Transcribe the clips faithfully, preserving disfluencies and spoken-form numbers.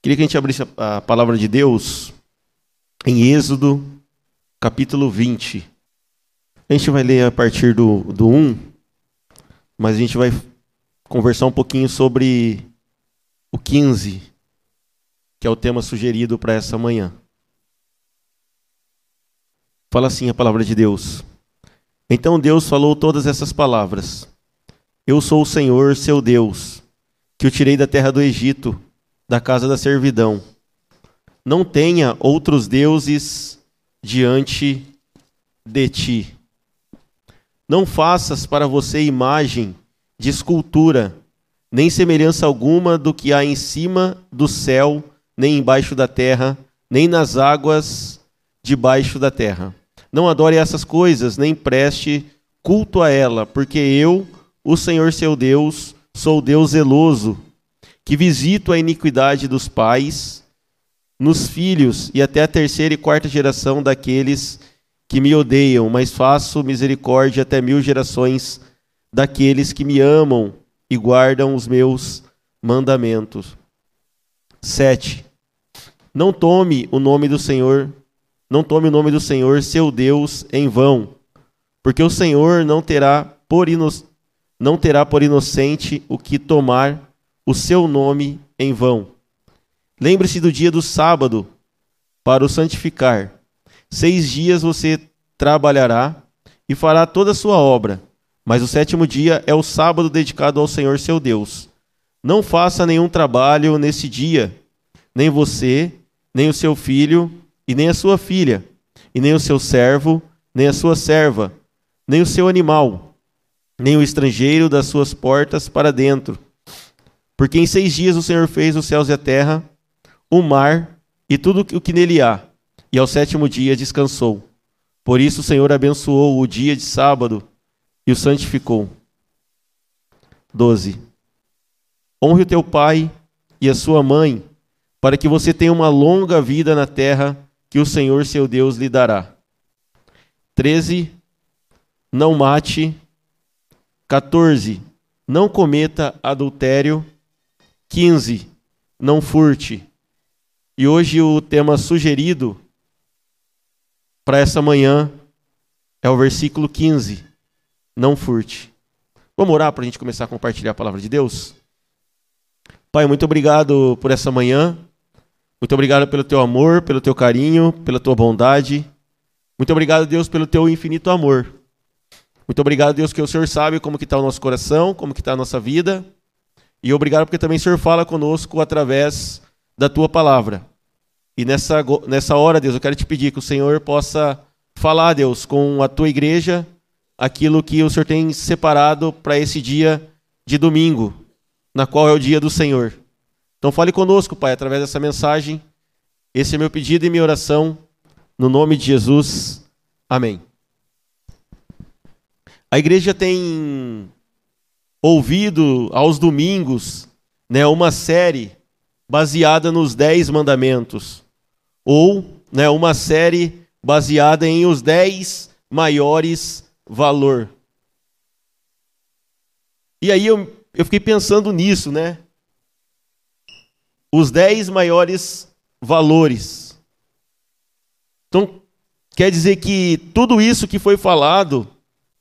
Queria que a gente abrisse a palavra de Deus em Êxodo, capítulo vinte. A gente vai ler a partir do, do um, mas a gente vai conversar um pouquinho sobre o quinze, que é o tema sugerido para essa manhã. Fala assim a palavra de Deus. Então Deus falou todas essas palavras. Eu sou o Senhor, seu Deus, que o tirei da terra do Egito, da casa da servidão. Não tenha outros deuses diante de ti. Não faças para você imagem de escultura, nem semelhança alguma do que há em cima do céu, nem embaixo da terra, nem nas águas debaixo da terra. Não adore essas coisas, nem preste culto a ela, porque eu, o Senhor seu Deus, sou Deus zeloso, que visito a iniquidade dos pais nos filhos e até a terceira e quarta geração daqueles que me odeiam, mas faço misericórdia até mil gerações daqueles que me amam e guardam os meus mandamentos. Sete. Não tome o nome do Senhor, não tome o nome do Senhor, seu Deus, em vão, porque o Senhor não terá por, ino... não terá por inocente o que tomar o seu nome em vão. Lembre-se do dia do sábado para o santificar. Seis dias você trabalhará e fará toda a sua obra, mas o sétimo dia é o sábado dedicado ao Senhor seu Deus. Não faça nenhum trabalho nesse dia, nem você, nem o seu filho, e nem a sua filha, e nem o seu servo, nem a sua serva, nem o seu animal, nem o estrangeiro das suas portas para dentro. Porque em seis dias o Senhor fez os céus e a terra, o mar e tudo o que nele há, e ao sétimo dia descansou. Por isso o Senhor abençoou o dia de sábado e o santificou. doze. Honre o teu pai e a sua mãe, para que você tenha uma longa vida na terra que o Senhor seu Deus lhe dará. treze. Não mate. quatorze. Não cometa adultério. quinze. Não furte. E hoje o tema sugerido para essa manhã é o versículo quinze. Não furte. Vamos orar para a gente começar a compartilhar a palavra de Deus? Pai, muito obrigado por essa manhã. Muito obrigado pelo teu amor, pelo teu carinho, pela tua bondade. Muito obrigado, Deus, pelo teu infinito amor. Muito obrigado, Deus, que o Senhor sabe como que está o nosso coração, como que está a nossa vida. E obrigado porque também o Senhor fala conosco através da tua palavra. E nessa, nessa hora, Deus, eu quero te pedir que o Senhor possa falar, Deus, com a tua igreja, aquilo que o Senhor tem separado para esse dia de domingo, na qual é o dia do Senhor. Então fale conosco, Pai, através dessa mensagem. Esse é meu pedido e minha oração, no nome de Jesus. Amém. A igreja tem ouvido aos domingos, né, uma série baseada nos dez mandamentos, ou né, uma série baseada em os dez maiores valores. E aí eu, eu fiquei pensando nisso, né? Os dez maiores valores. Então, quer dizer que tudo isso que foi falado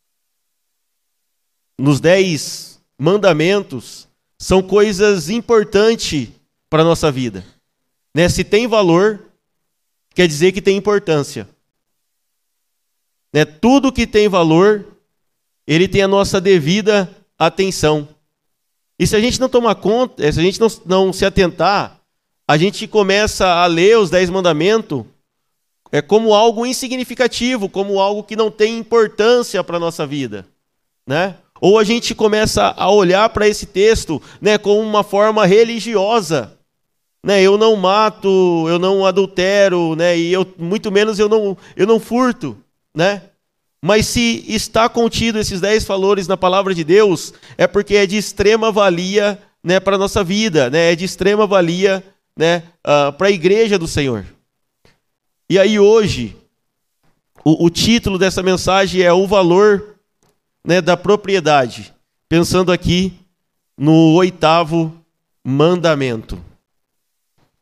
nos dez mandamentos são coisas importantes para a nossa vida. Né? Se tem valor, quer dizer que tem importância. Né? Tudo que tem valor, ele tem a nossa devida atenção. E se a gente não tomar conta, se a gente não, não se atentar, a gente começa a ler os dez mandamentos é, como algo insignificativo, como algo que não tem importância para a nossa vida. Né? Ou a gente começa a olhar para esse texto, né, como uma forma religiosa. Né? Eu não mato, eu não adultero, né? E eu, muito menos eu não, eu não furto. Né? Mas se está contido esses dez valores na palavra de Deus, é porque é de extrema valia, né, para a nossa vida, né, é de extrema valia, né, uh, para a igreja do Senhor. E aí hoje, o, o título dessa mensagem é o valor, né, da propriedade, pensando aqui no oitavo mandamento.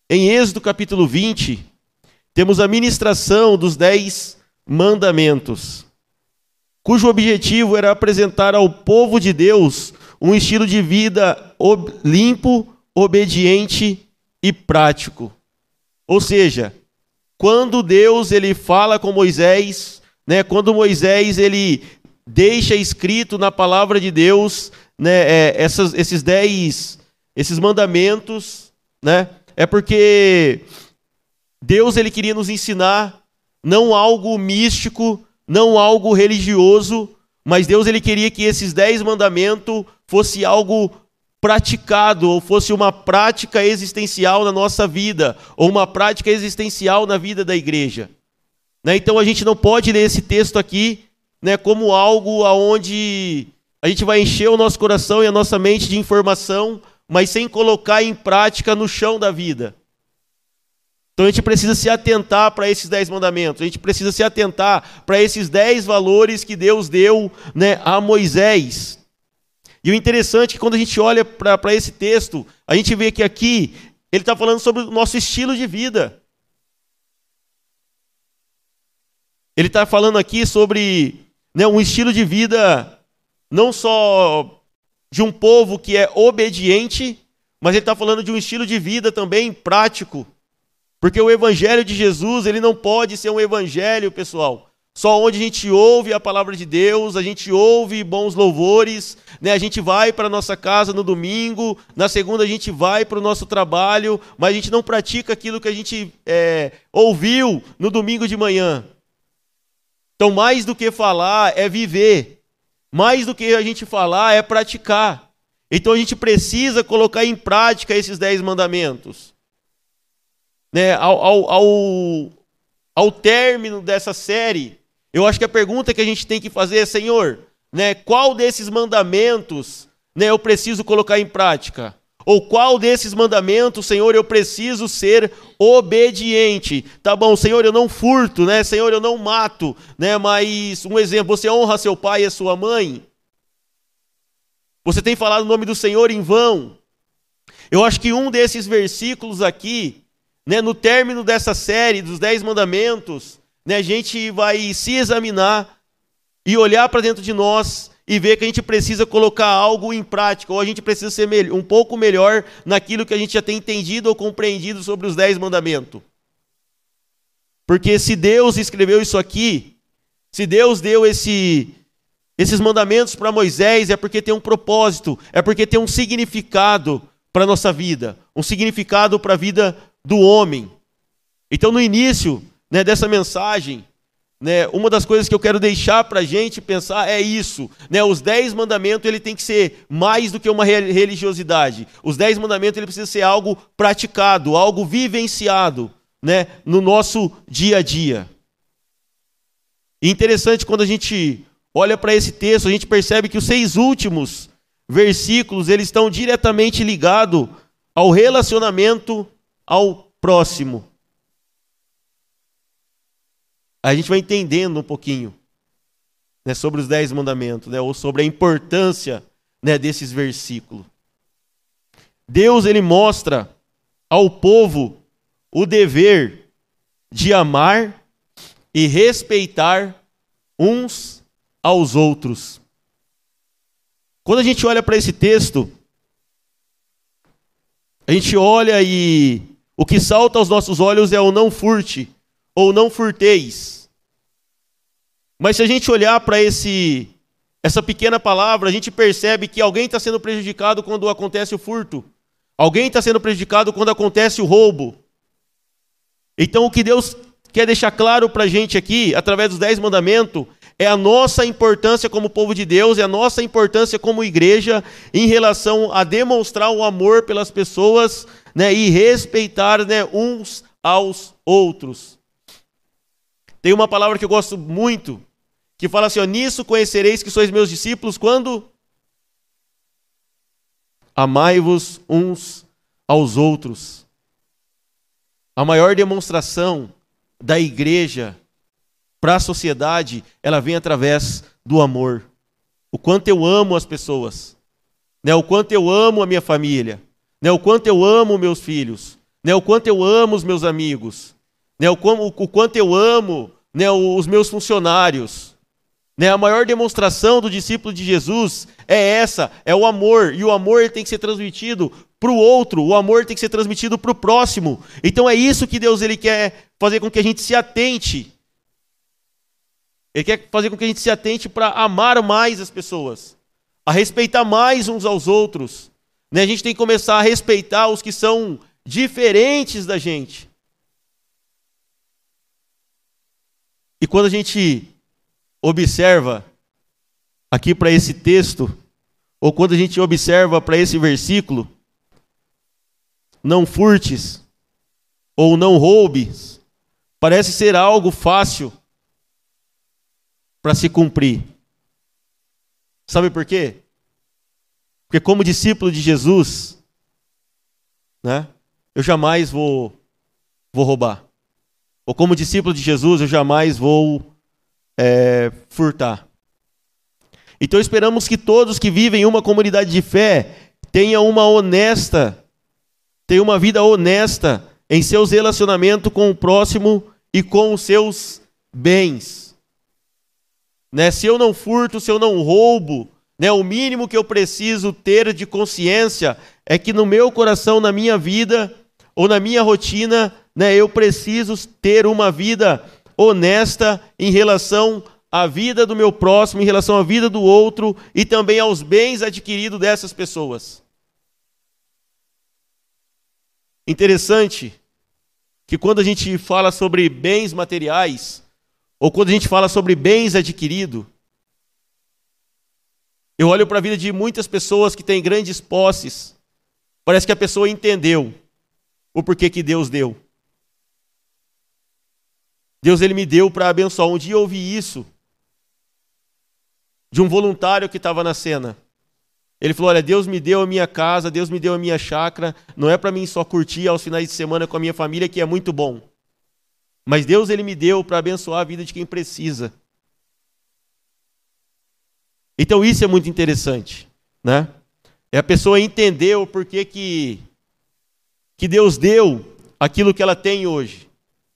em Êxodo capítulo vinte, temos a ministração dos dez mandamentos, cujo objetivo era apresentar ao povo de Deus um estilo de vida limpo, obediente e prático. Ou seja, quando Deus ele fala com Moisés, né, quando Moisés ele deixa escrito na palavra de Deus, né, é, essas, esses dez, esses mandamentos, né, é porque Deus ele queria nos ensinar não algo místico, não algo religioso, mas Deus ele queria que esses dez mandamentos fosse algo praticado, ou fosse uma prática existencial na nossa vida, ou uma prática existencial na vida da igreja. Né? Então a gente não pode ler esse texto aqui, né, como algo aonde a gente vai encher o nosso coração e a nossa mente de informação, mas sem colocar em prática no chão da vida. Então a gente precisa se atentar para esses dez mandamentos, a gente precisa se atentar para esses dez valores que Deus deu, né, a Moisés. E o interessante é que quando a gente olha para esse texto, a gente vê que aqui ele está falando sobre o nosso estilo de vida. Ele está falando aqui sobre, né, um estilo de vida não só de um povo que é obediente, mas ele está falando de um estilo de vida também prático. Porque o evangelho de Jesus, ele não pode ser um evangelho, pessoal, só onde a gente ouve a palavra de Deus, a gente ouve bons louvores, né? A gente vai para a nossa casa no domingo, na segunda a gente vai para o nosso trabalho, mas a gente não pratica aquilo que a gente é, ouviu no domingo de manhã. Então, mais do que falar é viver, mais do que a gente falar é praticar. Então, a gente precisa colocar em prática esses dez mandamentos. Né, ao, ao, ao, ao término dessa série, eu acho que a pergunta que a gente tem que fazer é: Senhor, né, qual desses mandamentos, né, eu preciso colocar em prática? Ou qual desses mandamentos, Senhor, eu preciso ser obediente? Tá bom, Senhor, eu não furto, né? Senhor, eu não mato, né? Mas um exemplo, você honra seu pai e a sua mãe? Você tem falado o nome do Senhor em vão? Eu acho que um desses versículos aqui, né, no término dessa série dos dez mandamentos, né, a gente vai se examinar e olhar para dentro de nós e ver que a gente precisa colocar algo em prática, ou a gente precisa ser um pouco melhor naquilo que a gente já tem entendido ou compreendido sobre os dez mandamentos. Porque se Deus escreveu isso aqui, se Deus deu esse, esses mandamentos para Moisés, é porque tem um propósito, é porque tem um significado para a nossa vida, um significado para a vida do homem. Então, no início, né, dessa mensagem, né, uma das coisas que eu quero deixar para a gente pensar é isso. Né, os dez mandamentos ele tem que ser mais do que uma religiosidade. Os dez mandamentos ele precisa ser algo praticado, algo vivenciado, né, no nosso dia a dia. E interessante, quando a gente olha para esse texto, a gente percebe que os seis últimos versículos eles estão diretamente ligados ao relacionamento ao próximo. A gente vai entendendo um pouquinho, né, sobre os dez mandamentos, né, ou sobre a importância, né, desses versículos. Deus ele mostra ao povo o dever de amar e respeitar uns aos outros. Quando a gente olha para esse texto, a gente olha e o que salta aos nossos olhos é o não furte, ou não furteis. Mas se a gente olhar para esse, essa pequena palavra, a gente percebe que alguém está sendo prejudicado quando acontece o furto. Alguém está sendo prejudicado quando acontece o roubo. Então o que Deus quer deixar claro para a gente aqui, através dos dez mandamentos, é a nossa importância como povo de Deus, é a nossa importância como igreja em relação a demonstrar o amor pelas pessoas, né, e respeitar, né, uns aos outros. Tem uma palavra que eu gosto muito, que fala assim, ó, nisso conhecereis que sois meus discípulos, quando amai-vos uns aos outros. A maior demonstração da igreja para a sociedade, ela vem através do amor. O quanto eu amo as pessoas, né? O quanto eu amo a minha família, né? O quanto eu amo meus filhos. né, o quanto eu amo os meus amigos, né, o, como, o quanto eu amo, né, os meus funcionários. Né, a maior demonstração do discípulo de Jesus é essa, é o amor. E o amor ele tem que ser transmitido para o outro, o amor tem que ser transmitido para o próximo. Então é isso que Deus ele quer fazer com que a gente se atente. Ele quer fazer com que a gente se atente para amar mais as pessoas, a respeitar mais uns aos outros. Né, a gente tem que começar a respeitar os que são diferentes da gente. E quando a gente observa aqui para esse texto, ou quando a gente observa para esse versículo, não furtes ou não roubes, parece ser algo fácil para se cumprir. Sabe por quê? Porque como discípulo de Jesus, né, eu jamais vou, vou roubar. Ou como discípulo de Jesus, eu jamais vou É, furtar. Então esperamos que todos que vivem em uma comunidade de fé tenham uma honesta, tenham uma vida honesta em seus relacionamentos com o próximo e com os seus bens. Né? Se eu não furto, se eu não roubo, né, o mínimo que eu preciso ter de consciência é que no meu coração, na minha vida ou na minha rotina, né, eu preciso ter uma vida honesta em relação à vida do meu próximo, em relação à vida do outro e também aos bens adquiridos dessas pessoas. Interessante que quando a gente fala sobre bens materiais, ou quando a gente fala sobre bens adquiridos, eu olho para a vida de muitas pessoas que têm grandes posses, parece que a pessoa entendeu o porquê que Deus deu. Deus ele me deu para abençoar. Um dia eu ouvi isso de um voluntário que estava na cena. Ele falou, olha, Deus me deu a minha casa, Deus me deu a minha chácara, não é para mim só curtir aos finais de semana com a minha família, que é muito bom. Mas Deus ele me deu para abençoar a vida de quem precisa. Então isso é muito interessante, né? É a pessoa entender o porquê que, que Deus deu aquilo que ela tem hoje.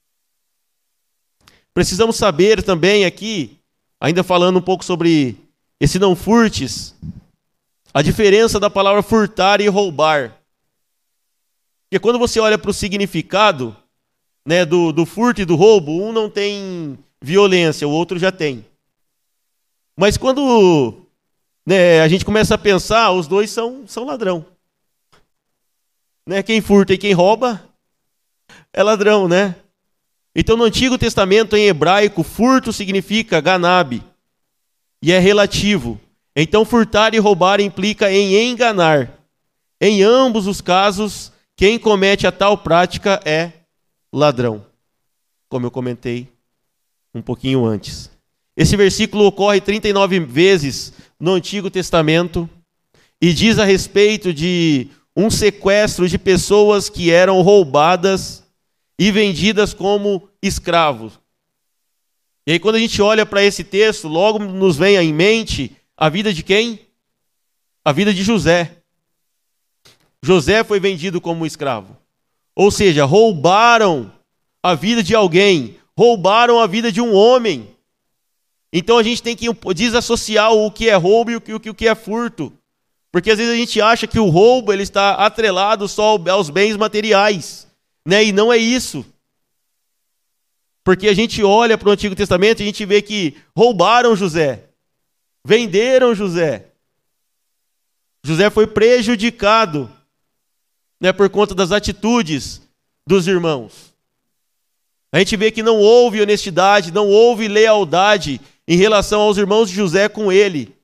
Precisamos saber também aqui, ainda falando um pouco sobre esse não furtes, a diferença da palavra furtar e roubar. Porque quando você olha para o significado, né, do, do furto e do roubo, um não tem violência, o outro já tem. Mas quando, né, a gente começa a pensar, os dois são, são ladrão. Né, quem furta e quem rouba é ladrão, né? Então, no Antigo Testamento, em hebraico, furto significa ganab, e é relativo. Então, furtar e roubar implica em enganar. Em ambos os casos, quem comete a tal prática é ladrão, como eu comentei um pouquinho antes. Esse versículo ocorre trinta e nove vezes no Antigo Testamento e diz a respeito de um sequestro de pessoas que eram roubadas e vendidas como escravos. E aí quando a gente olha para esse texto, logo nos vem em mente a vida de quem? A vida de José. José foi vendido como escravo. Ou seja, roubaram a vida de alguém, roubaram a vida de um homem. Então a gente tem que desassociar o que é roubo e o que, o que é furto. Porque às vezes a gente acha que o roubo ele está atrelado só aos bens materiais. Né? E não é isso. Porque a gente olha para o Antigo Testamento e a gente vê que roubaram José, venderam José. José foi prejudicado, né, por conta das atitudes dos irmãos. A gente vê que não houve honestidade, não houve lealdade em relação aos irmãos de José com ele.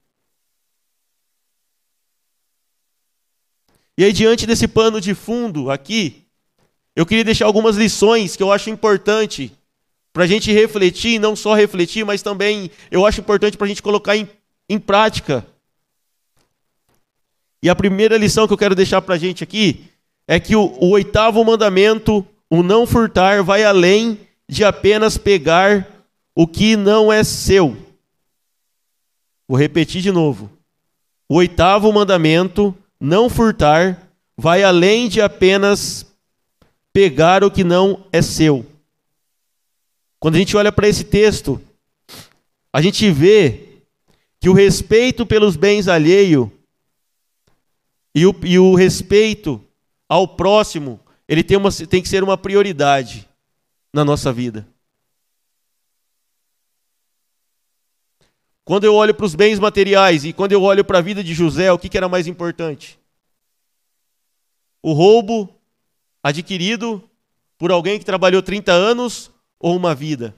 E aí, diante desse pano de fundo aqui, eu queria deixar algumas lições que eu acho importante para a gente refletir, não só refletir, mas também eu acho importante para a gente colocar em, em prática. E a primeira lição que eu quero deixar para a gente aqui é que o, o oitavo mandamento, o não furtar, vai além de apenas pegar o que não é seu. Vou repetir de novo. O oitavo mandamento, não furtar, vai além de apenas pegar o que não é seu. Quando a gente olha para esse texto, a gente vê que o respeito pelos bens alheios e o, e o respeito ao próximo, ele tem, uma, tem que ser uma prioridade na nossa vida. Quando eu olho para os bens materiais e quando eu olho para a vida de José, o que, que era mais importante? O roubo adquirido por alguém que trabalhou trinta anos ou uma vida?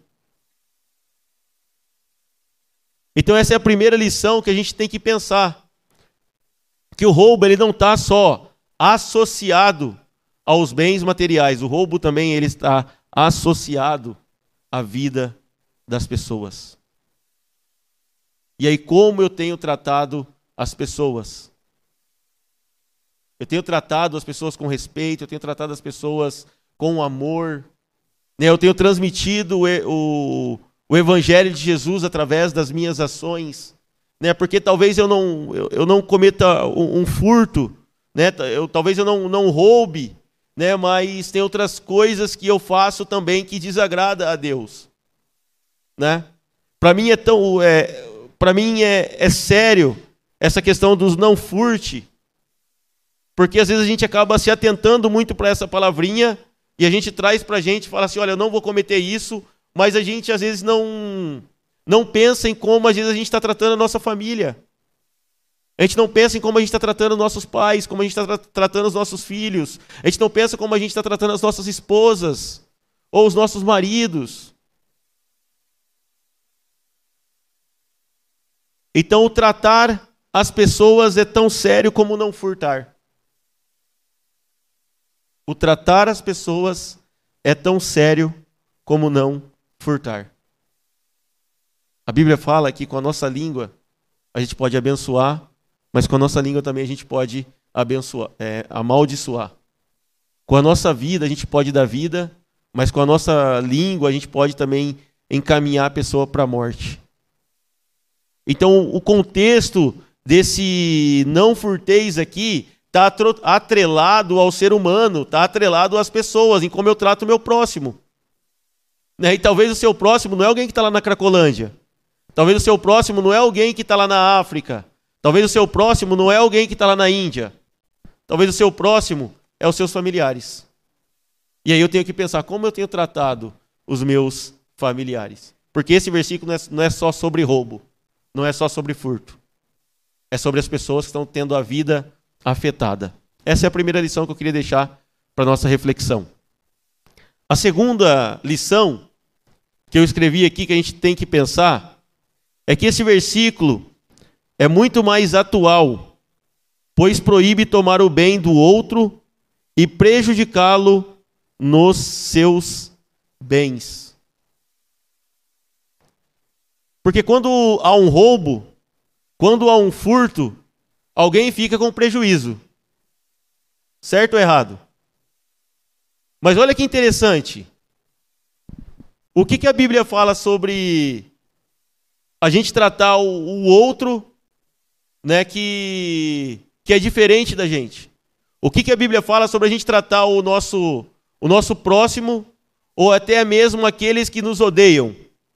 Então essa é a primeira lição que a gente tem que pensar. Que o roubo ele não está só associado aos bens materiais. O roubo também ele está associado à vida das pessoas. E aí como eu tenho tratado as pessoas? Eu tenho tratado as pessoas com respeito, eu tenho tratado as pessoas com amor. Eu tenho transmitido o, o, o Evangelho de Jesus através das minhas ações. Né? Porque talvez eu não, eu, eu não cometa um, um furto, né? eu, talvez eu não, não roube, né? Mas tem outras coisas que eu faço também que desagrada a Deus. Né? Para mim, é, tão, é, pra mim é, é sério essa questão dos não furte, porque às vezes a gente acaba se atentando muito para essa palavrinha e a gente traz para a gente e fala assim, olha, eu não vou cometer isso, mas a gente às vezes não, não pensa em como às vezes a gente está tratando a nossa família. A gente não pensa em como a gente está tratando nossos pais, como a gente está tra- tratando os nossos filhos. A gente não pensa como a gente está tratando as nossas esposas ou os nossos maridos. Então o tratar as pessoas é tão sério como não furtar. O tratar as pessoas é tão sério como não furtar. A Bíblia fala que com a nossa língua a gente pode abençoar, mas com a nossa língua também a gente pode abençoar, é, amaldiçoar. Com a nossa vida a gente pode dar vida, mas com a nossa língua a gente pode também encaminhar a pessoa para a morte. Então o contexto desse não furteis aqui está atrelado ao ser humano, está atrelado às pessoas, em como eu trato o meu próximo. Né? E talvez o seu próximo não é alguém que está lá na Cracolândia. Talvez o seu próximo não é alguém que está lá na África. Talvez o seu próximo não é alguém que está lá na Índia. Talvez o seu próximo é os seus familiares. E aí eu tenho que pensar como eu tenho tratado os meus familiares. Porque esse versículo não é, não é só sobre roubo, não é só sobre furto. É sobre as pessoas que estão tendo a vida afetada. Essa é a primeira lição que eu queria deixar para a nossa reflexão. A segunda lição que eu escrevi aqui, que a gente tem que pensar, é que esse versículo é muito mais atual, pois proíbe tomar o bem do outro e prejudicá-lo nos seus bens. Porque quando há um roubo, quando há um furto, alguém fica com prejuízo. Certo ou errado? Mas olha que interessante. O que, que a Bíblia fala sobre a gente tratar o, o outro, né, que, que é diferente da gente? O que, que a Bíblia fala sobre a gente tratar o nosso, o nosso próximo ou até mesmo aqueles que nos odeiam?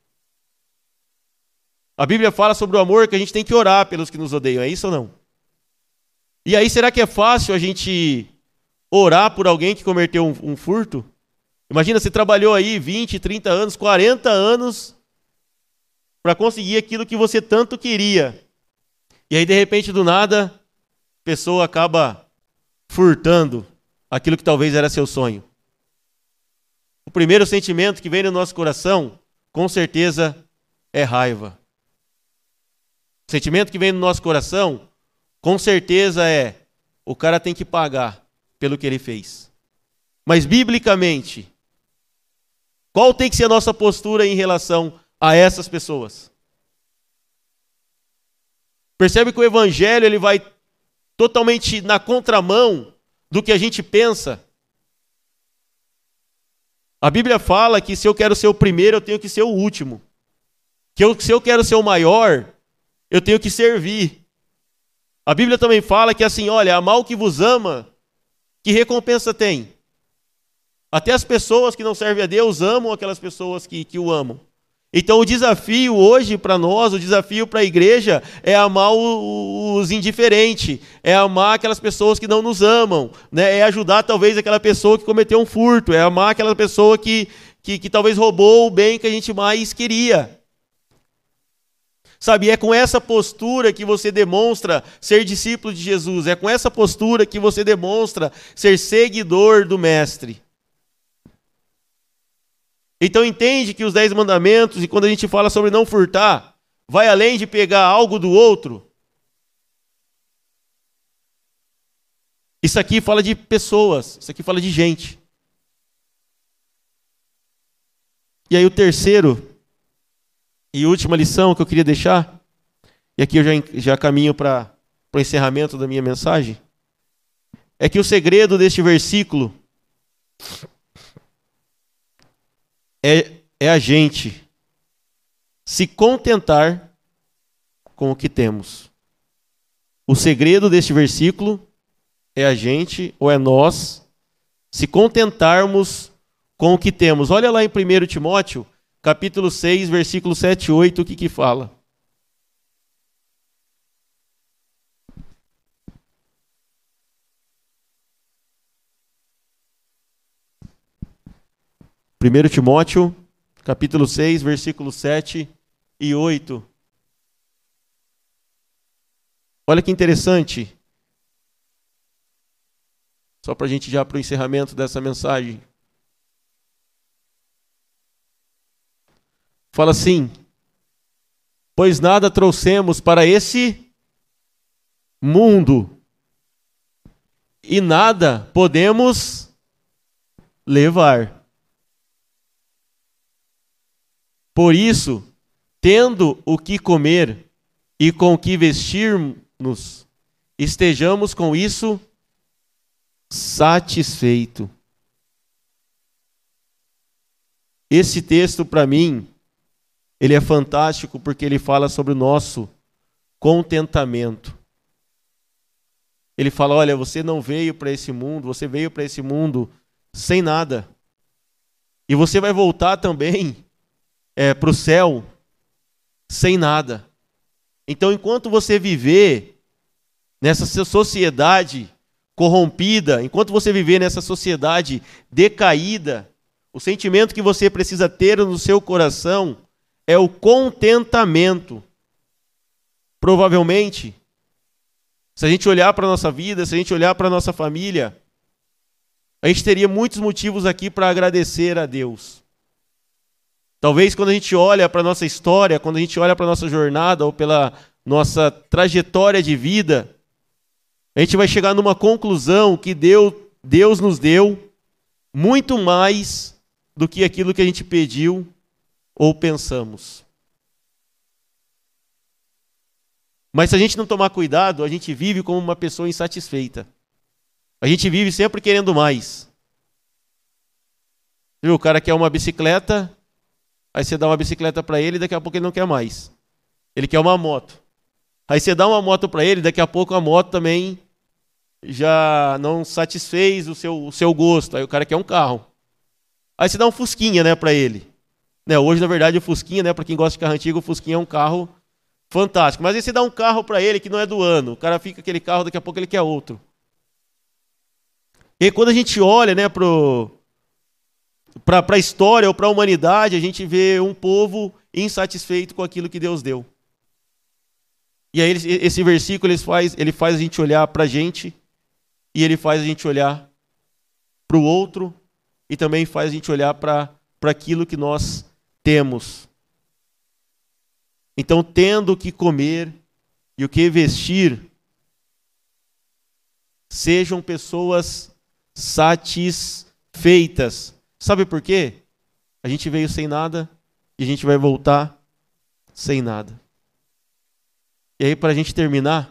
A Bíblia fala sobre o amor, que a gente tem que orar pelos que nos odeiam. É isso ou não? E aí, será que é fácil a gente orar por alguém que cometeu um, um furto? Imagina, você trabalhou aí vinte, trinta anos, quarenta anos para conseguir aquilo que você tanto queria. E aí, de repente, do nada, a pessoa acaba furtando aquilo que talvez era seu sonho. O primeiro sentimento que vem no nosso coração, com certeza, é raiva. O sentimento que vem no nosso coração, com certeza é, o cara tem que pagar pelo que ele fez. Mas, biblicamente, qual tem que ser a nossa postura em relação a essas pessoas? Percebe que o Evangelho ele vai totalmente na contramão do que a gente pensa. A Bíblia fala que se eu quero ser o primeiro, eu tenho que ser o último. Que eu, se eu quero ser o maior, eu tenho que servir. A Bíblia também fala que assim, olha, amar o que vos ama, que recompensa tem? Até as pessoas que não servem a Deus amam aquelas pessoas que, que o amam. Então o desafio hoje para nós, o desafio para a igreja é amar os indiferentes, é amar aquelas pessoas que não nos amam, né? É ajudar talvez aquela pessoa que cometeu um furto, é amar aquela pessoa que, que, que talvez roubou o bem que a gente mais queria. Sabe, é com essa postura que você demonstra ser discípulo de Jesus, é com essa postura que você demonstra ser seguidor do Mestre. Então entende que os dez mandamentos, e quando a gente fala sobre não furtar, vai além de pegar algo do outro. Isso aqui fala de pessoas, isso aqui fala de gente. E aí o terceiro e última lição que eu queria deixar, e aqui eu já, já caminho para o encerramento da minha mensagem, é que o segredo deste versículo É, é a gente se contentar com o que temos. O segredo deste versículo é a gente, ou é nós, se contentarmos com o que temos. Olha lá em primeiro Timóteo, capítulo seis, versículo sete e oito, o que que fala. primeiro Timóteo, capítulo seis, versículos sete e oito. Olha que interessante. Só para a gente já para o encerramento dessa mensagem. Fala assim: pois nada trouxemos para esse mundo, e nada podemos levar. Por isso, tendo o que comer e com o que vestir-nos, estejamos com isso satisfeito. Esse texto, para mim, ele é fantástico porque ele fala sobre o nosso contentamento. Ele fala, olha, você não veio para esse mundo, você veio para esse mundo sem nada. E você vai voltar também é, para o céu sem nada. Então, enquanto você viver nessa sociedade corrompida, enquanto você viver nessa sociedade decaída, o sentimento que você precisa ter no seu coração é o contentamento. Provavelmente, se a gente olhar para a nossa vida, se a gente olhar para a nossa família, a gente teria muitos motivos aqui para agradecer a Deus. Talvez quando a gente olha para a nossa história, quando a gente olha para a nossa jornada ou pela nossa trajetória de vida, a gente vai chegar numa conclusão que Deus, Deus nos deu muito mais do que aquilo que a gente pediu ou pensamos. Mas se a gente não tomar cuidado, a gente vive como uma pessoa insatisfeita. A gente vive sempre querendo mais. Viu? O cara quer uma bicicleta, aí você dá uma bicicleta para ele e daqui a pouco ele não quer mais. Ele quer uma moto. Aí você dá uma moto para ele, daqui a pouco a moto também já não satisfez o seu, o seu gosto. Aí o cara quer um carro. Aí você dá um Fusquinha, né, para ele. Né, hoje, na verdade, o Fusquinha, né, para quem gosta de carro antigo, o Fusquinha é um carro fantástico. Mas aí você dá um carro para ele que não é do ano. O cara fica com aquele carro, daqui a pouco ele quer outro. E quando a gente olha, né, para a história ou para a humanidade, a gente vê um povo insatisfeito com aquilo que Deus deu. E aí esse versículo ele faz, ele faz a gente olhar para a gente e ele faz a gente olhar para o outro e também faz a gente olhar para aquilo que nós temos. Então, tendo o que comer e o que vestir, sejam pessoas satisfeitas. Sabe por quê? A gente veio sem nada e a gente vai voltar sem nada. E aí, para a gente terminar,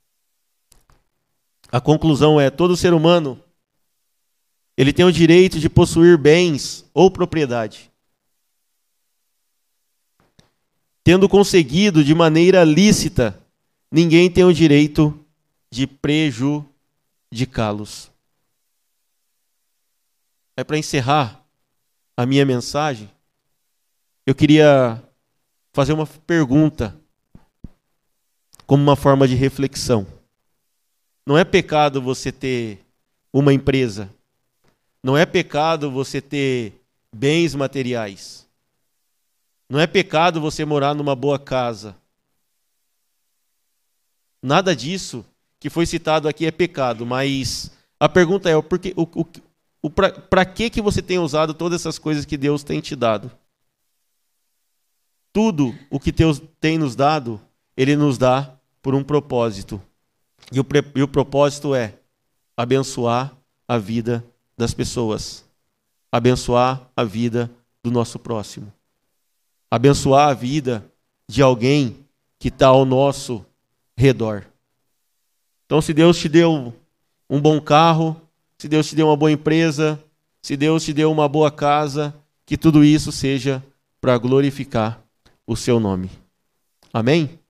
a conclusão é: todo ser humano ele tem o direito de possuir bens ou propriedade, tendo conseguido de maneira lícita, ninguém tem o direito de prejudicá-los. é para encerrar a minha mensagem, eu queria fazer uma pergunta como uma forma de reflexão. Não é pecado você ter uma empresa. Não é pecado você ter bens materiais. Não é pecado você morar numa boa casa. Nada disso que foi citado aqui é pecado, mas a pergunta é, por que, o, o, o, para que, que você tem usado todas essas coisas que Deus tem te dado? Tudo o que Deus tem nos dado, Ele nos dá por um propósito. E o, e o propósito é abençoar a vida das pessoas. Abençoar a vida do nosso próximo. Abençoar a vida de alguém que está ao nosso redor. Então, se Deus te deu um bom carro, se Deus te deu uma boa empresa, se Deus te deu uma boa casa, que tudo isso seja para glorificar o seu nome. Amém?